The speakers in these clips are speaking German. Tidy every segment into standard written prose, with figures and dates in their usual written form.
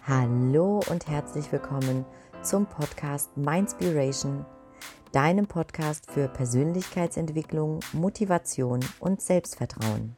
Hallo und herzlich willkommen zum Podcast Mindspiration, deinem Podcast für Persönlichkeitsentwicklung, Motivation und Selbstvertrauen.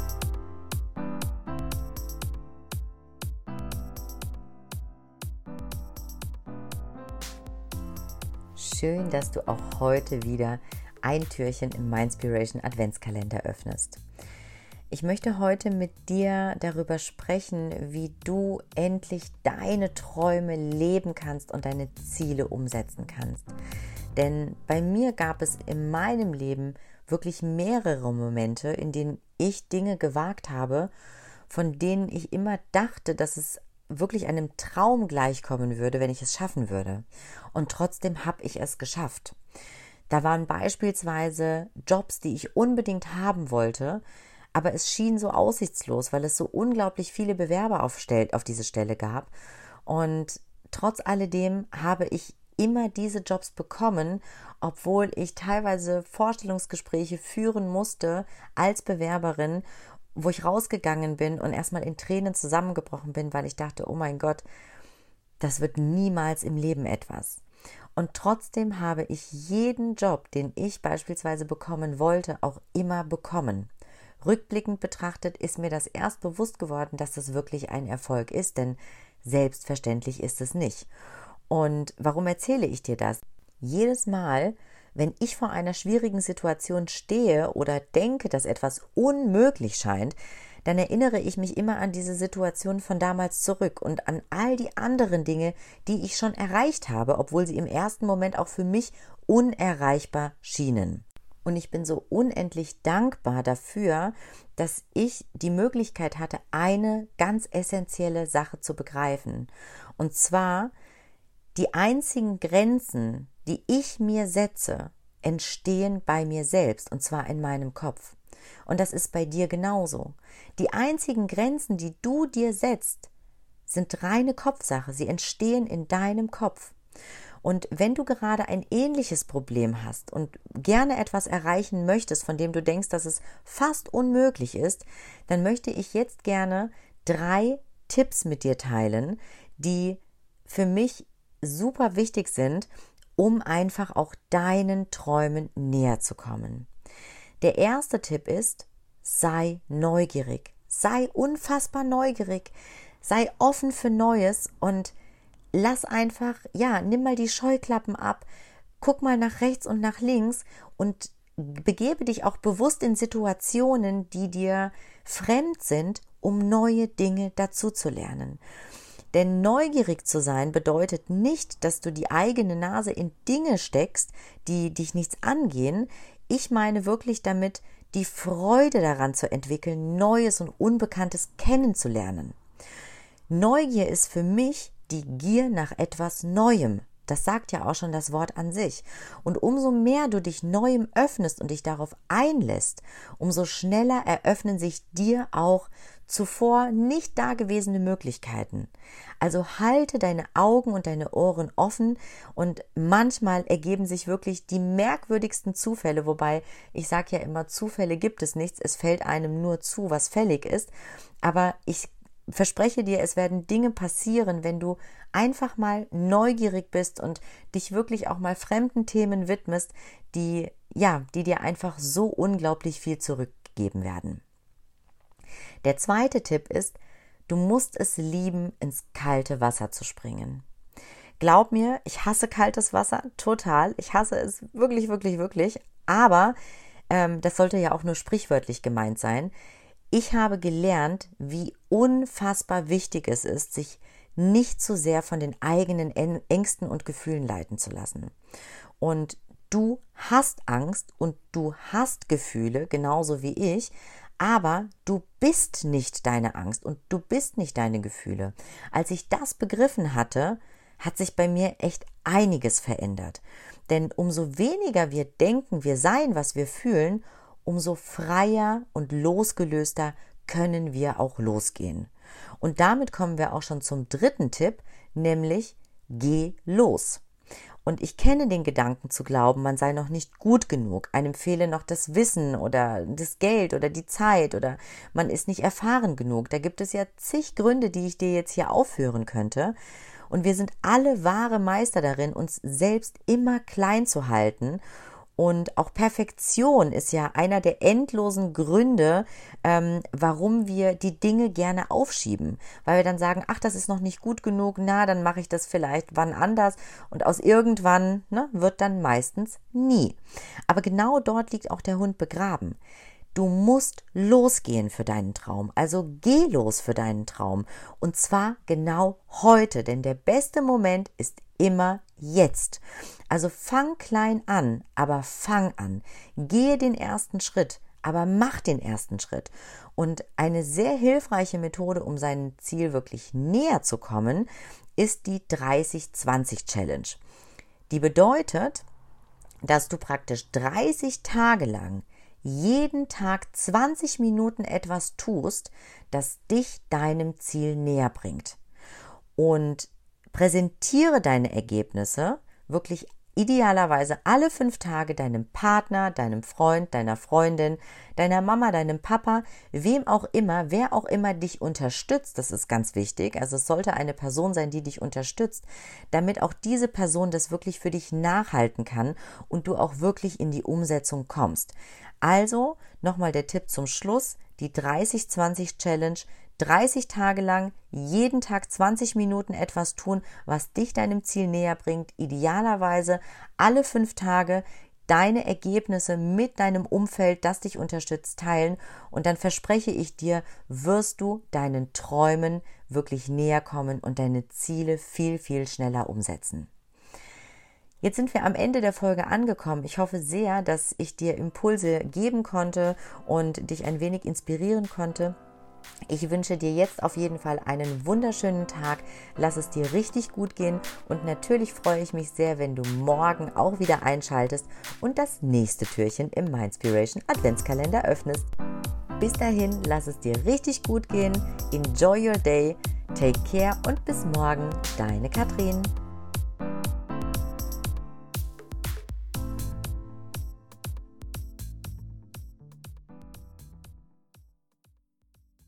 Schön, dass du auch heute wieder ein Türchen im Mindspiration Adventskalender öffnest. Ich möchte heute mit dir darüber sprechen, wie du endlich deine Träume leben kannst und deine Ziele umsetzen kannst. Denn bei mir gab es in meinem Leben wirklich mehrere Momente, in denen ich Dinge gewagt habe, von denen ich immer dachte, dass es wirklich einem Traum gleichkommen würde, wenn ich es schaffen würde. Und trotzdem habe ich es geschafft. Da waren beispielsweise Jobs, die ich unbedingt haben wollte, aber es schien so aussichtslos, weil es so unglaublich viele Bewerber auf diese Stelle gab. Und trotz alledem habe ich immer diese Jobs bekommen, obwohl ich teilweise Vorstellungsgespräche führen musste als Bewerberin, wo ich rausgegangen bin und erstmal in Tränen zusammengebrochen bin, weil ich dachte, oh mein Gott, das wird niemals im Leben etwas. Und trotzdem habe ich jeden Job, den ich beispielsweise bekommen wollte, auch immer bekommen. Rückblickend betrachtet ist mir das erst bewusst geworden, dass das wirklich ein Erfolg ist, denn selbstverständlich ist es nicht. Und warum erzähle ich dir das? Jedes Mal, wenn ich vor einer schwierigen Situation stehe oder denke, dass etwas unmöglich scheint, dann erinnere ich mich immer an diese Situation von damals zurück und an all die anderen Dinge, die ich schon erreicht habe, obwohl sie im ersten Moment auch für mich unerreichbar schienen. Und ich bin so unendlich dankbar dafür, dass ich die Möglichkeit hatte, eine ganz essentielle Sache zu begreifen. Und zwar, die einzigen Grenzen, die ich mir setze, entstehen bei mir selbst, und zwar in meinem Kopf. Und das ist bei dir genauso. Die einzigen Grenzen, die du dir setzt, sind reine Kopfsache. Sie entstehen in deinem Kopf. Und wenn du gerade ein ähnliches Problem hast und gerne etwas erreichen möchtest, von dem du denkst, dass es fast unmöglich ist, dann möchte ich jetzt gerne 3 Tipps mit dir teilen, die für mich super wichtig sind, um einfach auch deinen Träumen näher zu kommen. Der erste Tipp ist, sei neugierig, sei unfassbar neugierig, sei offen für Neues und lass einfach, nimm mal die Scheuklappen ab, guck mal nach rechts und nach links und begebe dich auch bewusst in Situationen, die dir fremd sind, um neue Dinge dazuzulernen. Denn neugierig zu sein bedeutet nicht, dass du die eigene Nase in Dinge steckst, die dich nichts angehen. Ich meine wirklich damit, die Freude daran zu entwickeln, Neues und Unbekanntes kennenzulernen. Neugier ist für mich die Gier nach etwas Neuem. Das sagt ja auch schon das Wort an sich. Und umso mehr du dich Neuem öffnest und dich darauf einlässt, umso schneller eröffnen sich dir auch zuvor nicht dagewesene Möglichkeiten. Also halte deine Augen und deine Ohren offen und manchmal ergeben sich wirklich die merkwürdigsten Zufälle, wobei ich sage ja immer, Zufälle gibt es nichts, es fällt einem nur zu, was fällig ist, aber ich verspreche dir, es werden Dinge passieren, wenn du einfach mal neugierig bist und dich wirklich auch mal fremden Themen widmest, die dir einfach so unglaublich viel zurückgeben werden. Der zweite Tipp ist, du musst es lieben, ins kalte Wasser zu springen. Glaub mir, ich hasse kaltes Wasser, total. Ich hasse es wirklich, wirklich, wirklich. Aber das sollte ja auch nur sprichwörtlich gemeint sein. Ich habe gelernt, wie unfassbar wichtig es ist, sich nicht zu sehr von den eigenen Ängsten und Gefühlen leiten zu lassen. Und du hast Angst und du hast Gefühle, genauso wie ich, aber du bist nicht deine Angst und du bist nicht deine Gefühle. Als ich das begriffen hatte, hat sich bei mir echt einiges verändert. Denn umso weniger wir denken, wir seien, was wir fühlen, umso freier und losgelöster können wir auch losgehen. Und damit kommen wir auch schon zum dritten Tipp, nämlich geh los. Und ich kenne den Gedanken zu glauben, man sei noch nicht gut genug, einem fehle noch das Wissen oder das Geld oder die Zeit oder man ist nicht erfahren genug. Da gibt es ja zig Gründe, die ich dir jetzt hier aufführen könnte. Und wir sind alle wahre Meister darin, uns selbst immer klein zu halten. Und auch Perfektion ist ja einer der endlosen Gründe, warum wir die Dinge gerne aufschieben. Weil wir dann sagen, ach, das ist noch nicht gut genug, na, dann mache ich das vielleicht wann anders. Und aus irgendwann wird dann meistens nie. Aber genau dort liegt auch der Hund begraben. Du musst losgehen für deinen Traum, also geh los für deinen Traum und zwar genau heute, denn der beste Moment ist immer jetzt. Also fang klein an, aber fang an. Gehe den ersten Schritt, aber mach den ersten Schritt. Und eine sehr hilfreiche Methode, um seinem Ziel wirklich näher zu kommen, ist die 30-20-Challenge. Die bedeutet, dass du praktisch 30 Tage lang jeden Tag 20 Minuten etwas tust, das dich deinem Ziel näher bringt. Und präsentiere deine Ergebnisse wirklich idealerweise alle 5 Tage deinem Partner, deinem Freund, deiner Freundin, deiner Mama, deinem Papa, wem auch immer, wer auch immer dich unterstützt, das ist ganz wichtig, also es sollte eine Person sein, die dich unterstützt, damit auch diese Person das wirklich für dich nachhalten kann und du auch wirklich in die Umsetzung kommst. Also, nochmal der Tipp zum Schluss, die 30-20-Challenge, 30 Tage lang, jeden Tag 20 Minuten etwas tun, was dich deinem Ziel näher bringt, idealerweise alle 5 Tage deine Ergebnisse mit deinem Umfeld, das dich unterstützt, teilen und dann verspreche ich dir, wirst du deinen Träumen wirklich näher kommen und deine Ziele viel, viel schneller umsetzen. Jetzt sind wir am Ende der Folge angekommen. Ich hoffe sehr, dass ich dir Impulse geben konnte und dich ein wenig inspirieren konnte. Ich wünsche dir jetzt auf jeden Fall einen wunderschönen Tag. Lass es dir richtig gut gehen und natürlich freue ich mich sehr, wenn du morgen auch wieder einschaltest und das nächste Türchen im Mindspiration Adventskalender öffnest. Bis dahin, lass es dir richtig gut gehen. Enjoy your day. Take care und bis morgen. Deine Katrin.